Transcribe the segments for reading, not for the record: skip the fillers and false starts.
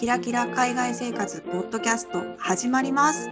ラキラ海外生活ポッドキャスト始まります。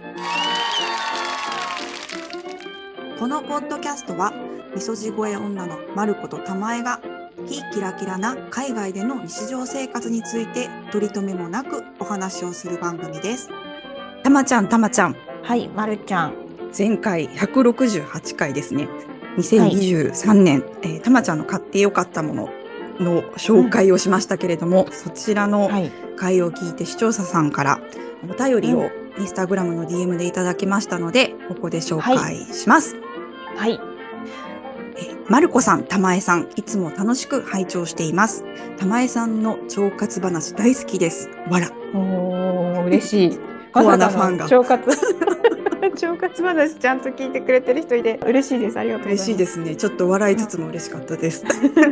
このポッドキャストはみそじ声女のまることたまえが非キラキラな海外での日常生活について取り留めもなくお話をする番組です。たまちゃん、 はい、まるちゃん。 前回168回ですね。 はい。 2023年、たまちゃんの買ってよかったものの紹介をしましたけれども、そちらのはい。 回を聞いて視聴者さんからお便りをインスタグラムの DM でいただきましたので、ここで紹介します。 はい。 まるこさん、たまえさん、いつも楽しく拝聴しています。たまえさんの腸活話大好きです。わら。 おー、嬉しい。 コアなファンが。 腸活話ちゃんと聞いてくれてる人いて嬉しいです。ありがとうございます。 嬉しいですね。ちょっと笑いつつも嬉しかったです。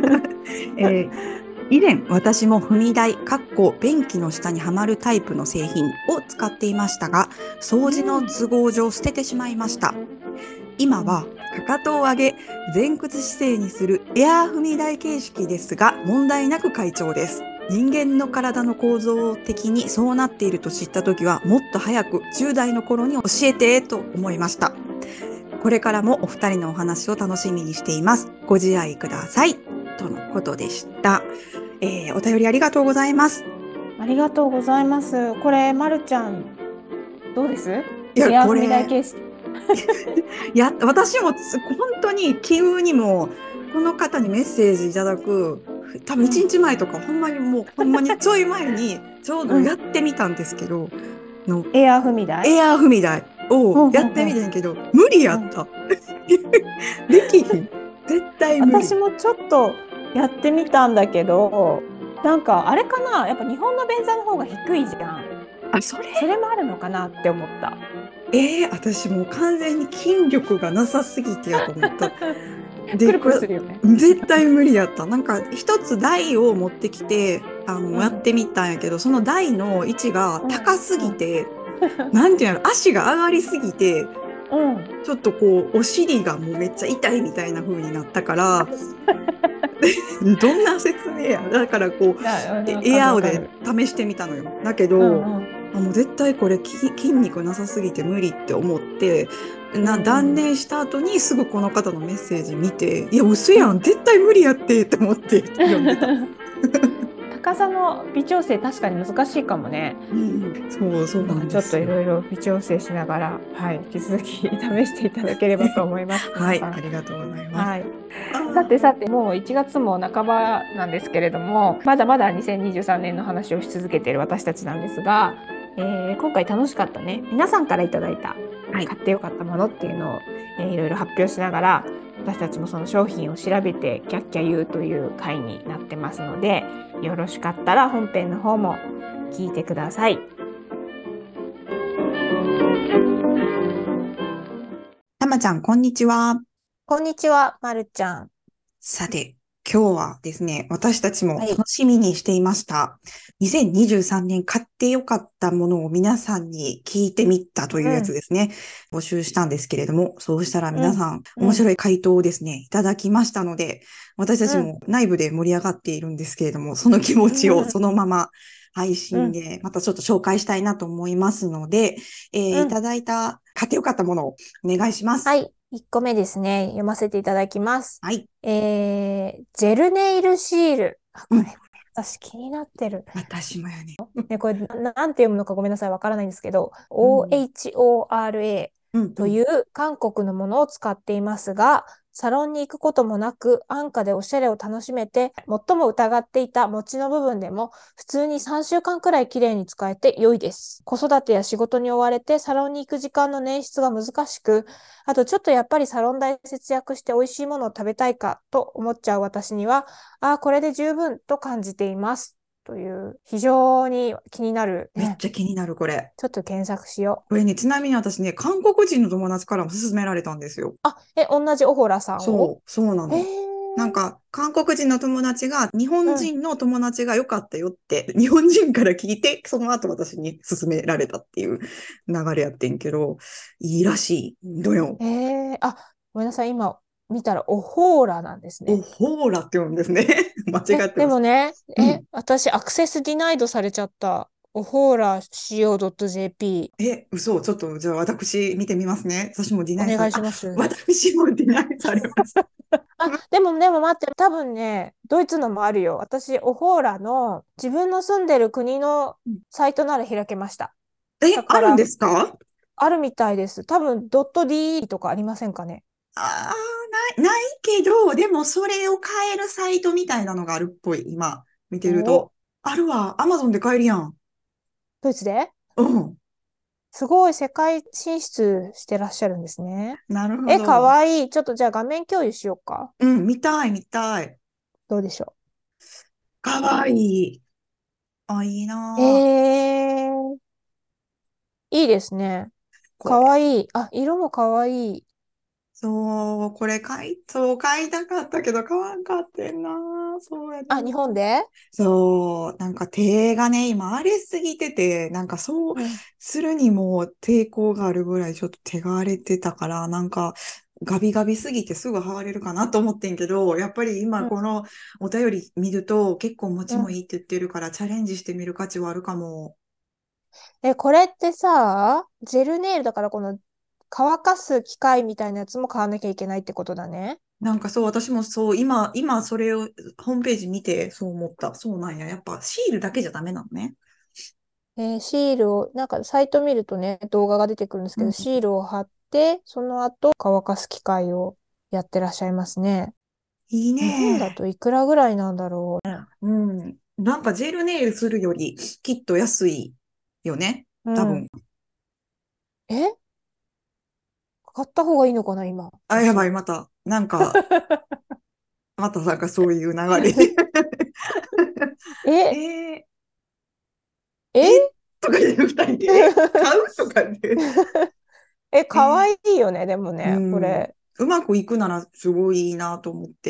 以前私も踏み台便器の下にはまるタイプの製品を使っていましたが、掃除の都合上捨ててしまいました。今はかかとを上げ前屈姿勢にするエアー踏み台形式ですが、問題なく快調です。人間の体の構造的にそうなっていると知った時は、もっと早く10代の頃に教えてと思いました。これからもお二人のお話を楽しみにしています。ご自愛ください。とのことでした。お便りありがとうございます。 ありがとうございます。これ、まるちゃん、どうです？ いや、 エア踏み台形式。 いや、私も本当に急にもこの方にメッセージいただく多分1日前とか、ほんまにちょい前にちょうどやってみたんですけど、 エア踏み台エアー踏み台をやってみてんけど、無理やった。できひん。絶対無理。 私もちょっとやってみたんだけど、なんかあれかな、やっぱ日本の便座の方が低いじゃん。それもあるのかなって思った。 私もう完全に筋力がなさすぎてやと思った。で、 くるくるするよね。 絶対無理やった。なんか一つ台を持ってきてやってみたんやけど、その台の位置が高すぎて、なんていうの、足が上がりすぎて、ちょっとこうお尻がもうめっちゃ痛いみたいな風になったからどんな説明や。だからこうエアーで試してみたのよ。だけど、もう絶対これ筋肉なさすぎて無理って思って断念した後にすぐこの方のメッセージ見て、いや嘘やん、絶対無理やってって思って読んでた。 高さの微調整確かに難しいかもね。 そうなんですよ。 ちょっといろいろ微調整しながら、引き続き試していただければと思います。 はい、ありがとうございます。 さて、もう1月も半ばなんですけれども、まだまだ2023年の話をし続けている私たちなんですが、今回楽しかったね、皆さんからいただいた買ってよかったものっていうのを、いろいろ発表しながら、私たちもその商品を調べてキャッキャ言うという回になってますので、よろしかったら本編の方も聞いてください。 たまちゃん、こんにちは。 こんにちは、まるちゃん。 さて、今日はですね、私たちも楽しみにしていました。2023年買ってよかったものを皆さんに聞いてみたというやつですね。募集したんですけれども、そうしたら皆さん、面白い回答をですね、いただきましたので、私たちも内部で盛り上がっているんですけれども、その気持ちをそのまま配信でまたちょっと紹介したいなと思いますので、いただいた買ってよかったものをお願いします。 はい。1個目ですね。読ませていただきます。 はい。 ジェルネイルシール。これ、私気になってる。 私もやね。 これ、なんて読むのかごめんなさい。わからないんですけど、OHORA という韓国のものを使っていますが、サロンに行くこともなく、安価でおしゃれを楽しめて、最も疑っていた持ちの部分でも、普通に3週間くらい綺麗に使えて良いです。子育てや仕事に追われて、サロンに行く時間の捻出が難しく、あとちょっとやっぱりサロン代節約して美味しいものを食べたいかと思っちゃう私には、これで十分と感じています。という非常に気になる、 めっちゃ気になるこれ。 ちょっと検索しよう。これね、ちなみに私ね、韓国人の友達からも勧められたんですよ。 同じオホラさんを？ そうなの。なんか、韓国人の友達が、日本人の友達が良かったよって、日本人から聞いて、その後私に勧められたっていう流れやってんけど、いいらしい。どよ。 ごめんなさい。今見たらオホーラなんですね。 オホーラって言うんですね。間違ってます。 でもね、私アクセスディナイドされちゃった。 おほーら CO.jp。 嘘。ちょっと、じゃあ私見てみますね。私もディナイされ、 お願いします。 私もディナイされます。 でも待って、多分ね、ドイツのもあるよ。私、オホーラの自分の住んでる国のサイトなら開けました。だから、 あるんですか？ あるみたいです。多分、ドット .de とかありませんかね。 ああ、ないけど、でもそれを買えるサイトみたいなのがあるっぽい、今、見てるお、 と。あるわ、アマゾンで買えるやん。 ドイツでうん。 すごい世界進出してらっしゃるんですね。 なるほかど。 わいい。ちょっとじゃあ画面共有しようか。 うん、見たい、見たい。 どうでしょかわいい。あ、いいう。 ないいですね。 ぁ。これ。 かわいい。あ、色もかわいい。 そう、これ買いたかったけど買わんかってんな。そうやあ、日本な。 でそう、なんか手がね、今荒れすぎてて、なんかそううん。 するにも抵抗があるぐらいちょっと手が荒れてたから、なんかガビガビすぎてすぐ剥がれるかなと思ってんけど、やっぱり今うん。 このお便り見ると結構持ちもうん。 いいって言ってるからチャレンジしてみる価値はあるかも。 これってさ、ジェルネイルだからこの乾かす機械みたいなやつも買わなきゃいけないってことだね。 なんかそう、私もそう、今それをホームページ見てそう思った。そうなんや。やっぱシールだけじゃダメなのね。 シールを、なんかサイト見るとね、動画が出てくるんですけど、 うん。 シールを貼って、その後乾かす機械をやってらっしゃいますね。 いい日本だね。 といくらぐらいなんだろうん。なんかジェルネイルするよりきっと安いよね。 う。うん。 多分。 買った方がいいのかな、今、 あ、やばい、 私。 また。またなんかそういう流れで。ええ、 ー、 ええとかで二人で、買うとかで。 かわいいよね、でもうね、こん。 れ。 うまくいくならすごいいいなと思って。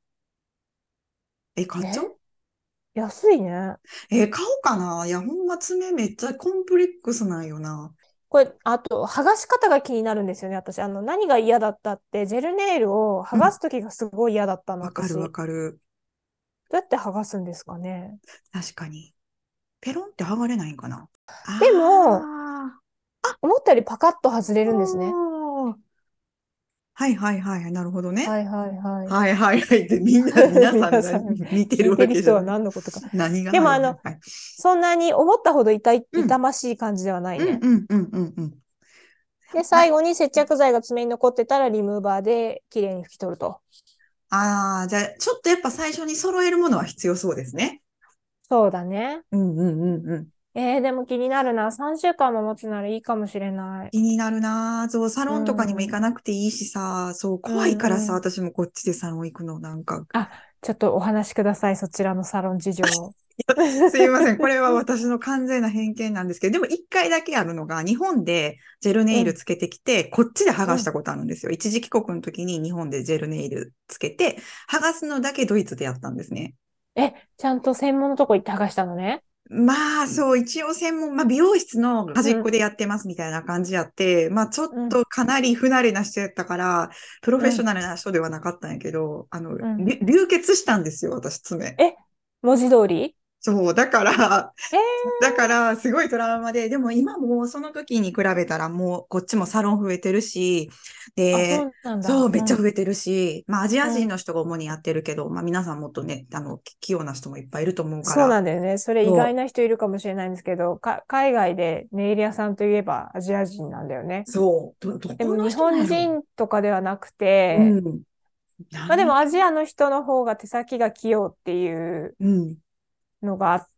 買っちゃえう？ 安いね。 買おうかな。いや、ほんま爪めっちゃコンプレックスなんよな。 これ、あと、剥がし方が気になるんですよね、私。何が嫌だったって、ジェルネイルを剥がうん。 すときがすごい嫌だったの、 わかるわ私。 かる。 どうやって剥がすんですかね。 確かに。ペロンって剥がれないんかな。 でも、 あ思ったよりパカッと外れあるんですね。 ー。はいはいはい。なるほどね。 はいはいはい。 はいはいはい。で、皆さんが皆さん、 似てる聞いてわけじゃない。 る人は何のことか。 何がでも、 はいはいはい。 そんなに思ったほどうん。 痛ましい感じではないね。 うんうんうんうんうん。 で、 はい。 最後に接着剤が爪に残ってたらリムーバーで綺麗に拭き取ると。 ああ、じゃあ、ちょっとやっぱ最初に揃えるものは必要そうですね。 そうだね。 うんうんうんうん。 でも気になるな。3週間も持つならいいかもしれない。 気になるな。そう、サうロンとかにも行かん。 なくていいしさ、そう、 う怖いからさ、 んうん。 私もこっちでサロン行くの、なんか。 あ、ちょっとお話しください。そちらのサロン事情。 すいません。これは私の完全な偏見なんですけど、でも一回だけあるのが、日本でジェルネイルうん、 つけてきて、こっちで剥うん。 がしたことあるんですよ。一時帰国の時に日本でジェルネイルつけて、剥がすのだけドイツでやったんですね。 ちゃんと専門のとこ行って剥がしたのね。 まあ、そう、一応専門、まあ、美容室の端っこうん、 でやってますみたいな感じやって、まあ、ちょっうん、 とかなり不慣れな人やったから、プロフェッショうん、 ナルな人ではなかったんやけど、 うん。 流血したんですよ、私、爪。 え、文字通りそう、だから、 えー、 すごいトラウマで、でも今もその時に比べたらもうこっちもサロン増えてるし、 そで、 うなんそう、 だ。 めっうん、 ちゃ増えてるし、まあアジアうん。 人の人が主にやってるけど、まあ皆さんもっとね、器用な人もいっぱいいると思うかそうら、 なんだよね。それ意外そな人いるかもしれないんですけど、海外でネイル屋さんといえばアジア人なんだよね。 どでも日この人なんやろ本人とかではなくう。 て、 ん。 まあでもなん、 アジアの人の方が手先が器用っていううん。 のがあって、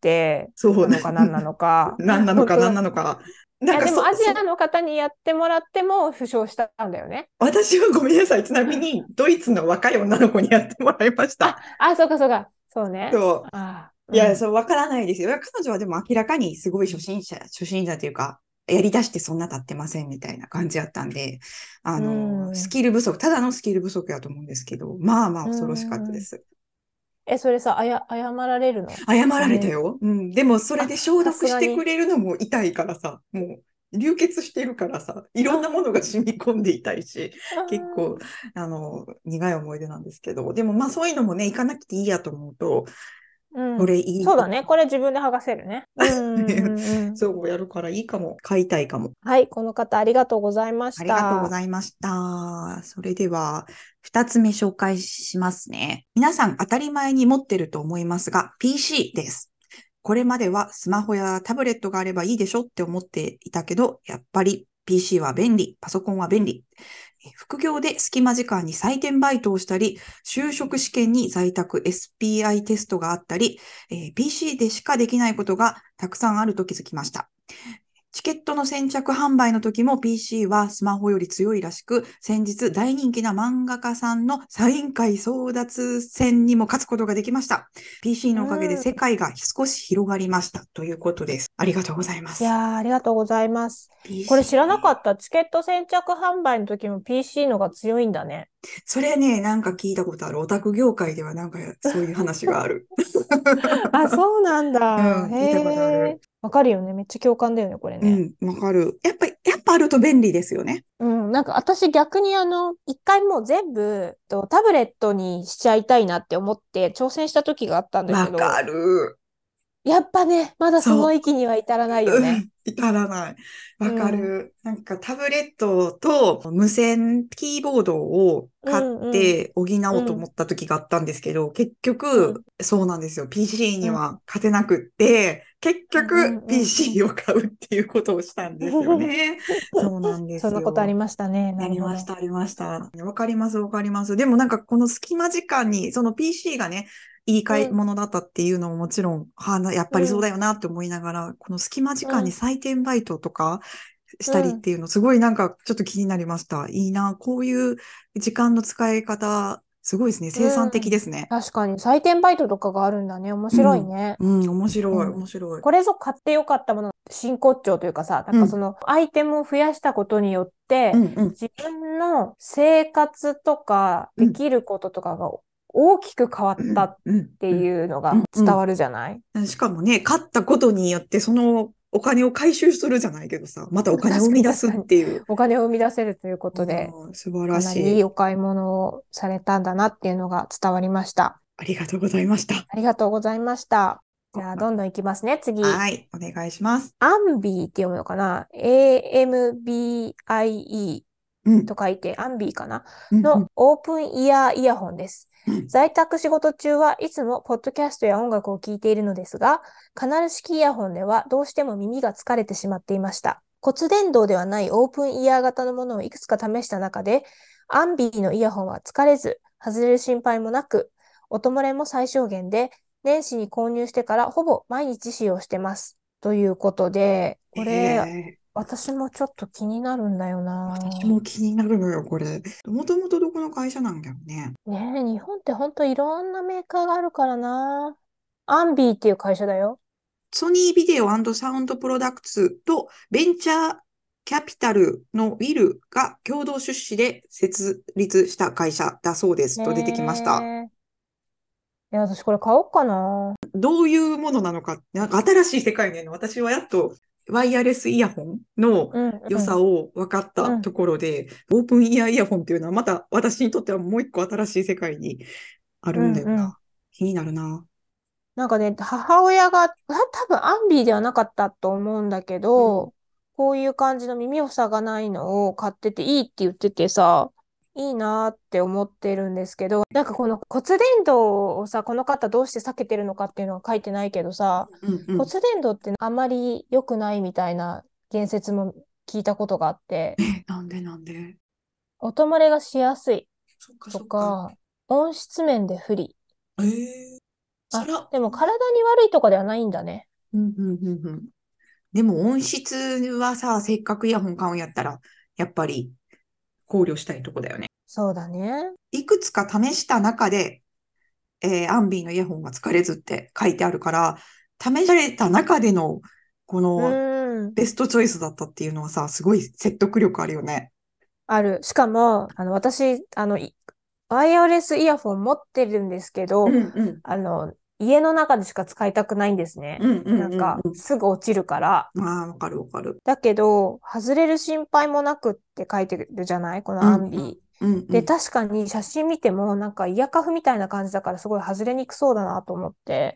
そう、 なのか何なのか。 なんなのかなん本当。 なのか。 いや、でもアジアの方にやってもらっても負傷したんだよね。 私はごめんなさい。ちなみに、ドイツの若い女の子にやってもらいました。 そうかそうか。そうね。 そう。いや、 うん。 そう、わからないですよ。彼女はでも明らかにすごい初心者というか、やり出してそんな経ってませんみたいな感じやったんで、 うん。 ただのスキル不足やと思うんですけど、まあまあう恐ろしかったでん。 す。 それさ、謝られるの謝らごめん。 れたよ。うん。でもそれで消さ毒すがに。 してくれるのも痛いからさ、もう流血してるからさ、いろんなものが染み込んでいたいし、 あ結構、 ー苦い思い出なんですけど、でもまあそういうのもね、行かなくていいやと思うと、 うん。 これいいそうだね。これ自分で剥がせるね。 そうやるからいいかも。買いたいかも。 はい。この方ありがとうございまあしりがとうごた。 ざいました。それでは、二つ目紹介しますね。皆さん当たり前に持ってると思いますが、PC です。これまではスマホやタブレットがあればいいでしょって思っていたけど、やっぱり PC は便利、パソコンは便利。副業で隙間時間に採点バイトをしたり、就職試験に在宅 SPI テストがあったり、PC でしかできないことがたくさんあると気づきました。チケットの先着販売の時も PC はスマホより強いらしく、先日大人気な漫画家さんのサイン会争奪戦にも勝つことができました。PC のおかげで世界が少し広がりましたということです。ありがとうございます。 いやー、ありがとうございます。これ知らなか PC。 った。チケット先着販売の時も PC のが強いんだね。 それね、なんか聞いたことある。オタク業界ではなんかそういう話がある。 あ、そうなんだ。 うん、聞いたことあへえ。 る。 わかるよね。めっちゃ共感だよね、これね。 うん、わかる。やっぱあると便利ですよね。 うん、なんか私逆に一回もう全部タブレットにしちゃいたいなって思って挑戦した時があったんだわかけど、 る。 やっぱね、まだそのそ域には至らないう。 よね。 うん、至らない。わかうん、うん、 る。なんかタブレットと無線キーボードを買っうん、 て補おうとうん、 思った時があったんですけど、結局、 うん、 そうなんですよ。PC にうん、 は勝てなくって、結うん、う局ん、うん。 PC を買うっていうことをしたんですよね。そうなんでそんなことありすよ。 ましたね。なるほど。 ありました、ありました。わかります、わかります。でもなんかこの隙間時間に、その PC がね、いい買いうん、 物だったっていうのももちろん、やっぱりそうだうん、 よなって思いながら、この隙間時うん、 間に採点バイトとかしたりっうん、 ていうの、すごいなんかちょっと気になりました。いいな、こういう時間の使い方、すごいですね。生産うん。 的ですね。 確かに、採点バイトとかがあるんだね。面うん、 白いね。 うん、面白い、 うん。 面白い。 これぞ買ってよかったもの、真骨頂というかさ、なんうん、 かそのアイテムを増やしたことによって、 うん、うん、 自分の生活とかうん、 できることとかが大きく変わうん、 ったっうん、 てうん、 いうのうん、うん。 が伝わるじゃない？ しかもね、勝ったことによって、そのお金を回収するじゃないけどさ、またお金を確か生み出すっに確かに。 ていう。 お金を生み出せるということで、 素晴らかなりいいしい。 お買い物をされたんだなっていうのが伝わりました。 ありがとうございました。 ありがとうございました。じゃあ、どんどんいきますね、次。 はい、お願いします。 アンビーって読むのかな？ AMBIE うん、 と書いて、アンビーかなうん、うん、 のオープンイヤーイヤホンです。 うん。 在宅仕事中はいつもポッドキャストや音楽を聴いているのですが、カナル式イヤホンではどうしても耳が疲れてしまっていました。骨伝導ではないオープンイヤー型のものをいくつか試した中で、アンビーのイヤホンは疲れず、外れる心配もなく、音漏れも最小限で、年始に購入してからほぼ毎日使用してます。ということで、これ、 ええ、 私もちょっと気になるんだよな。 私も気になるのよ、これ。もともとどこの会社なんだよね。 ねえ、日本ってほんといろんなメーカーがあるからな。アンビーっていう会社だよ。 ソニービデオサウンドプロダクツとベンチャーキャピタルのウィルが共同出資で設立した会社だそうですねと出てきました。 え。いや、私これ買おうかな。 どういうものなのか、なんか新しい世界での私はやっとワイヤレスイヤホンのうん良さうんを分かったうん。 ところで、オープンイヤーイヤホンっていうのはまた私にとってはもう一個新しい世界にあうるんだよな。 んうん。 気になるな。 なんかね、母親が、多分アンビーではなかったと思うんだけうん。 ど、こういう感じの耳を塞がないのを買ってていいって言っててさ、いいなって思ってるんですけど、なんかこの骨伝導をさ、この方どうして避けてるのかっていうのは書いてないけどさ、 うんうん。 骨伝導ってあまり良くないみたいな言説も聞いたことがあって、 なんでなんで。 音漏れがしやすいそっかとそっか。 か、音質面で不利。 ええ、そあ、 ら、 でも体に悪いとかではないんだね。 うんうんうんうん。でも音質はさ、せっかくイヤホン買うんやったら、やっぱり考慮したいとこだよね。 そうだね。 いくつか試した中で、アンビーのイヤホンが疲れずって書いてあるから、試された中での、こうのーん。 ベストチョイスだったっていうのはさ、すごい説得力あるよね。 ある。しかも、私、ワイヤレスイヤホン持ってるんですけうど、 んうん。 家の中でしか使いたくないんですね。 うんうんなんか、 うんすぐ落ちるから。 うん。ああ、わかるわかる。 だけど、外れる心配もなくって書いてるじゃないこのうんうんアンビー。 で、 うんうん。 確かに写真見てもなんかイヤカフみたいな感じだからすごい外れにくそうだなと思って。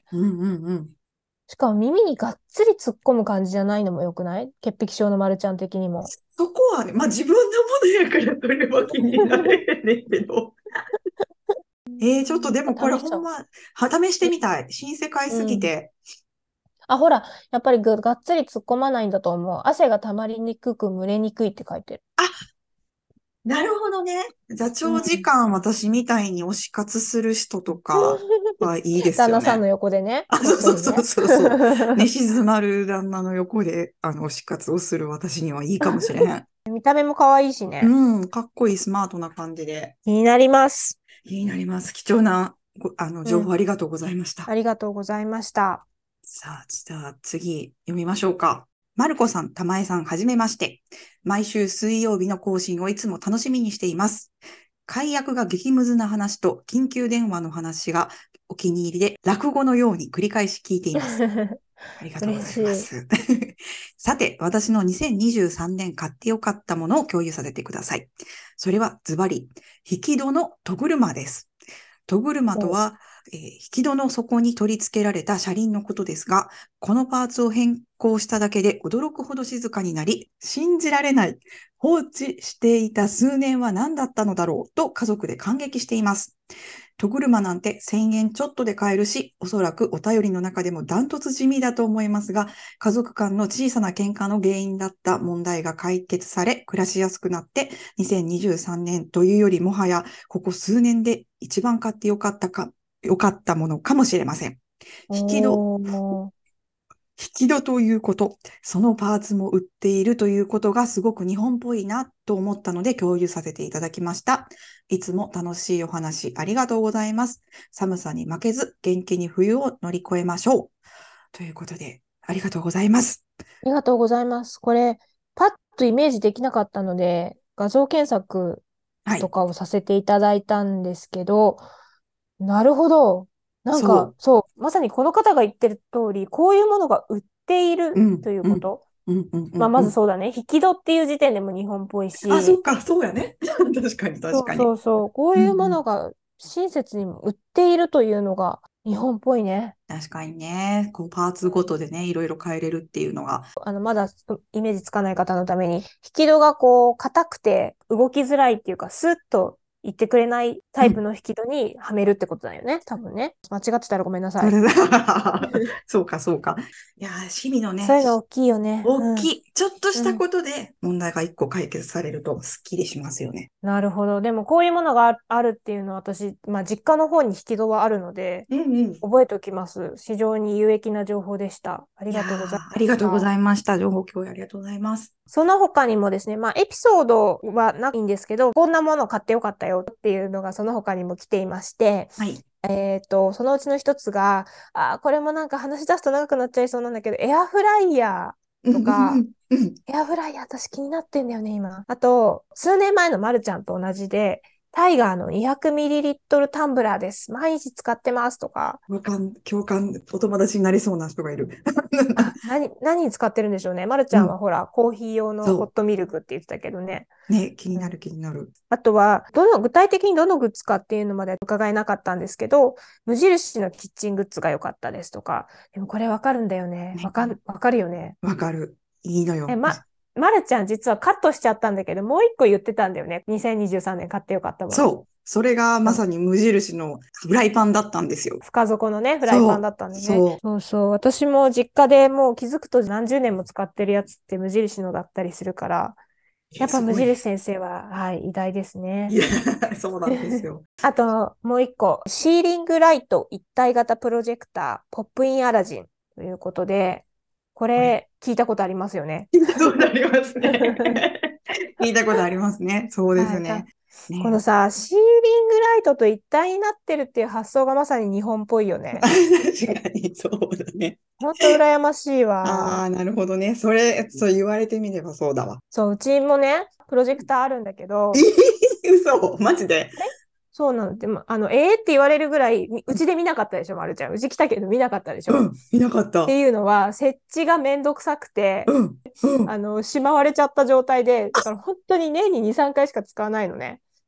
うんうんうん。 しかも耳にがっつり突っ込む感じじゃないのも良くない？潔癖症のまるちゃん的にも。 そこはね、まあ自分のものやからそれは気になれへんねんけど。ちょっとでもこれ試しちゃう。 ほんま、試してみたい。新世界すうん。 ぎて。 あ、ほら、やっぱりがっつり突っ込まないんだと思う。汗が溜まりにくく、蒸れにくいって書いてる。 あ、なるほどね。じゃあ長時うん。 間私みたいに推し活する人とかはいいですよね。 旦那さんの横でね、 あ、 こっそうそうそうそりね。 そうそう。寝静まる旦那の横で、推し活をする私にはいいかもしれへん。 見た目も可愛いしね。 うん、かっこいいスマートな感じで。 気になります。 気になります。貴重な情報うん。 ありがとうございました。 ありがとうございました。 さあ、じゃあ次読みましょうか。マルコさん、玉江さん、はじめまして。毎週水曜日の更新をいつも楽しみにしています。解約が激ムズな話と緊急電話の話がお気に入りで、落語のように繰り返し聞いています。ありがとうござい嬉しい。 ます。さて、私の2023年買ってよかったものを共有させてください。それはズバリ、引き戸の戸車です。戸車とお、 は、引き戸の底に取り付けられた車輪のことですが、このパーツを変更しただけで驚くほど静かになり、信じられない。放置していた数年は何だったのだろうと家族で感激しています。戸車なんて1000円ちょっとで買えるし、おそらくお便りの中でもダントツ地味だと思いますが、家族間の小さな喧嘩の原因だった問題が解決され、暮らしやすくなって、2023年というよりもはや、ここ数年で一番買ってよかったものかもしれません。引き戸、 おー。 引き戸ということ、そのパーツも売っているということがすごく日本っぽいなと思ったので共有させていただきました。いつも楽しいお話ありがとうございます。寒さに負けず元気に冬を乗り越えましょう。ということで、ありがとうございます。 ありがとうございます。これ、パッとイメージできなかったので、画像検索はい。 とかをさせていただいたんですけど、なるほど。なんか、 そそう、まさにこの方が言ってる通り、こういうものが売っていう。 るうん、 といううん、 こと。 うん、うん、うまあ、 ん。うん。 まずそうだね。引き戸っていう時点でも日本っぽいあ、そし、 うか、そうやね。確かに、確そうかに。 そうそう、こううん、 いうもうん。 のが親切にも売っているというのが日本っぽいね。 確かにね、こうパーツごとでね、いろいろ変えれるっていうのが。 まだイメージつかない方のために、引き戸がこう、硬くて動きづらいっていうか、スッと言ってくれないタうん。 イプの引き戸にはめるってことだよね。多分ね。間違ってたらごめんなさい。 それだ。そうか、そうか。いやー、趣味のね、 そういうの大きいよね。うん。 大きい。ちょっとしたうん。 ことで問題が一個解決されるとスッキリしますよね。 なるほど。でもこういうものがあるっていうのは私、まあ実家の方に引き戸はあるので、 うんうん。 覚えておきます。非常に有益な情報でした。ありいやー、 がとうございありがとうごました。 ざいました。情報共有ありがとうございます。 その他にもですね、まあエピソードはないんですけど、こんなもの買ってよかったよっていうのがその他にも来ていまして、 はい。 そのうちの一つが、これもなんか話し出すと長くなっちゃいそうなんだけど、エアフライヤーとうんうんうか、 んうん。 エアフライヤー私気になってんだよね、今。あと、数年前のまるちゃんと同じで、タイガーの 200ml タンブラーです。毎日使ってますとか、 共感、お友達になりそうな人がいる。 何に使ってるんでしょうね。まるちうん。 ゃんはほら、コーヒー用のホッそトミルクって言ってたけどね。 う。ね、気にうん。 なる気になる。 あとは、具体的にどのグッズかっていうのまで伺えなかったんですけど、無印のキッチングッズが良かったですとか、でもこれわかるんだよね。 ね、 わかるよね。 わかる。いいのえ、 よ。 まるちゃん実はカットしちゃったんだけど、もう一個言ってたんだよね。2023年買ってよかったもの。 そう。それがまさに無印のフライパンだったんですよ。 深底のね、フライパンだそう。 ったんでね。 そそうそう。私も実家でもう気づくと何十年も使ってるやつって無印のだったりするから、 う。 やっぱ無すごい。 印先生は、はい、偉大ですね。 いや、そうなんですよ。 あと、もう一個。シーリングライト一体型プロジェクター、ポップインアラジンということで、ここれ、 れ聞いたことありますよね。 聞いたことありますね。聞いたことありますね。そうではい。 すね。ね。 このさ、シーリングライトと一体になってるっていう発想がまさに日本っぽいよね。 確かに、そうだね。 ほんと羨ましいわ。 ああ、なるほどね。そう言われてみればそうだわ。 そう、うちもね、プロジェクターあるんだけど、 嘘、マジで。 あれそうなの。でも、って言われるぐらい、うちで見なかったでしょ、まるちゃん。うち来たけど見なかったでしょ。 うん、いなかっってた。 いうのは、設置がめんどくさくて、 うん、うん。 しまわれちゃった状態で、だから本当に年に2、3回しか使わないのね。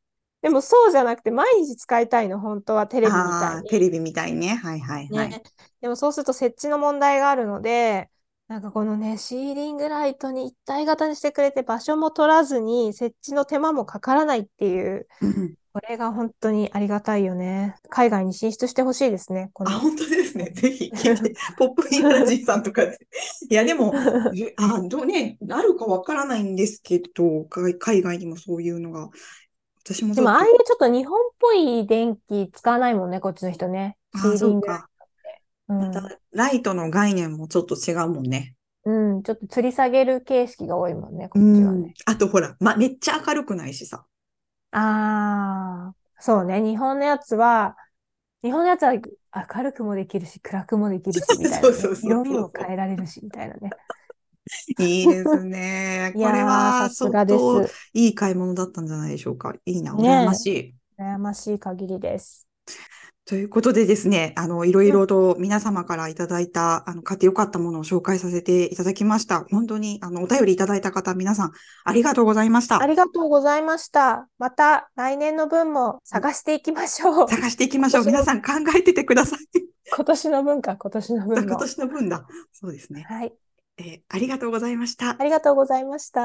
でもそうじゃなくて毎日使いたいの、本当はテレビみたいに。 テレビみたいにね。はいはいはい。 ね。でもそうすると設置の問題があるので、なんかこのね、シーリングライトに一体型にしてくれて場所も取らずに設置の手間もかからないっていう、これが本当にありがたいよね。海外に進出してほしいですね、この。 本当ですね。ぜひ聞いて、ポップインタジーさんとかで。いや、でも、どうね、あるかわからないんですけど、海外にもそういうのが、私もちでも、 ょっと。 ああいうちょっと日本っぽい電気使わないもんね、こっちの人ね。シーリングライそうか。 トって。うまた、 ん。 ライトの概念もちょっと違うもんね。 うん、ちょっと吊り下げる形式が多いもんね、 うこっちはん。 ね。 あとほら、めっちゃ明るくないしさ。 ああ、そうね。日本のやつは明るくもできるし、暗くもできるし、みたいなね。 そうそうそう色味そうそも変えられるし、みたいなね。 う。いいですね。 いこれやー、さは、ちょすがでっとす。 いい買い物だったんじゃないでしょうか。いいな、羨まねしい。 え、羨ましい限りです。 ということでですね、いろいうん、 ろと皆様からいただいた、買ってよかったものを紹介させていただきました。本当に、お便りいただいた方、皆さん、ありがとうございました。 ありがとうございました。また来年の分も探していきましょう。 探していきましょう。 今年の、 皆さん考えててください。 今年の分か、今年の分も。 今年の分だ。そうですね。 はい。 ありがとうございました。 ありがとうございました。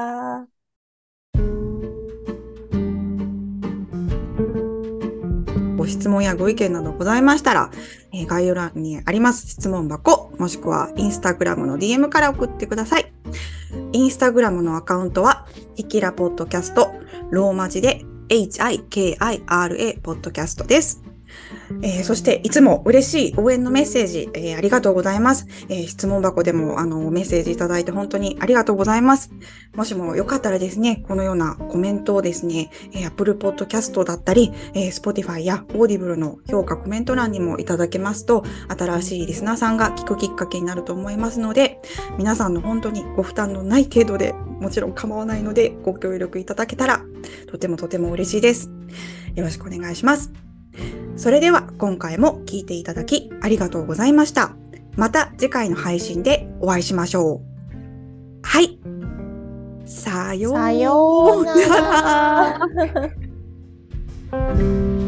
ご質問やご意見などございましたら、概要欄にあります質問箱、もしくはインスタグラムの DM から送ってください。インスタグラムのアカウントは、ひきらポッドキャスト、ローマ字で HIKIRA ポッドキャストです。そしていつも嬉しい応援のメッセージ、ありがとうございます。質問箱でもメッセージいただいて本当にありがとうございます。もしもよかったらですね、このようなコメントをですね、Apple Podcast だったり、Spotify や Audible の評価コメント欄にもいただけますと、新しいリスナーさんが聞くきっかけになると思いますので、皆さんの本当にご負担のない程度でもちろん構わないのでご協力いただけたらとてもとても嬉しいです。よろしくお願いします。それでは今回も聞いていただきありがとうございました。また次回の配信でお会いしましょう。はい。さようなら。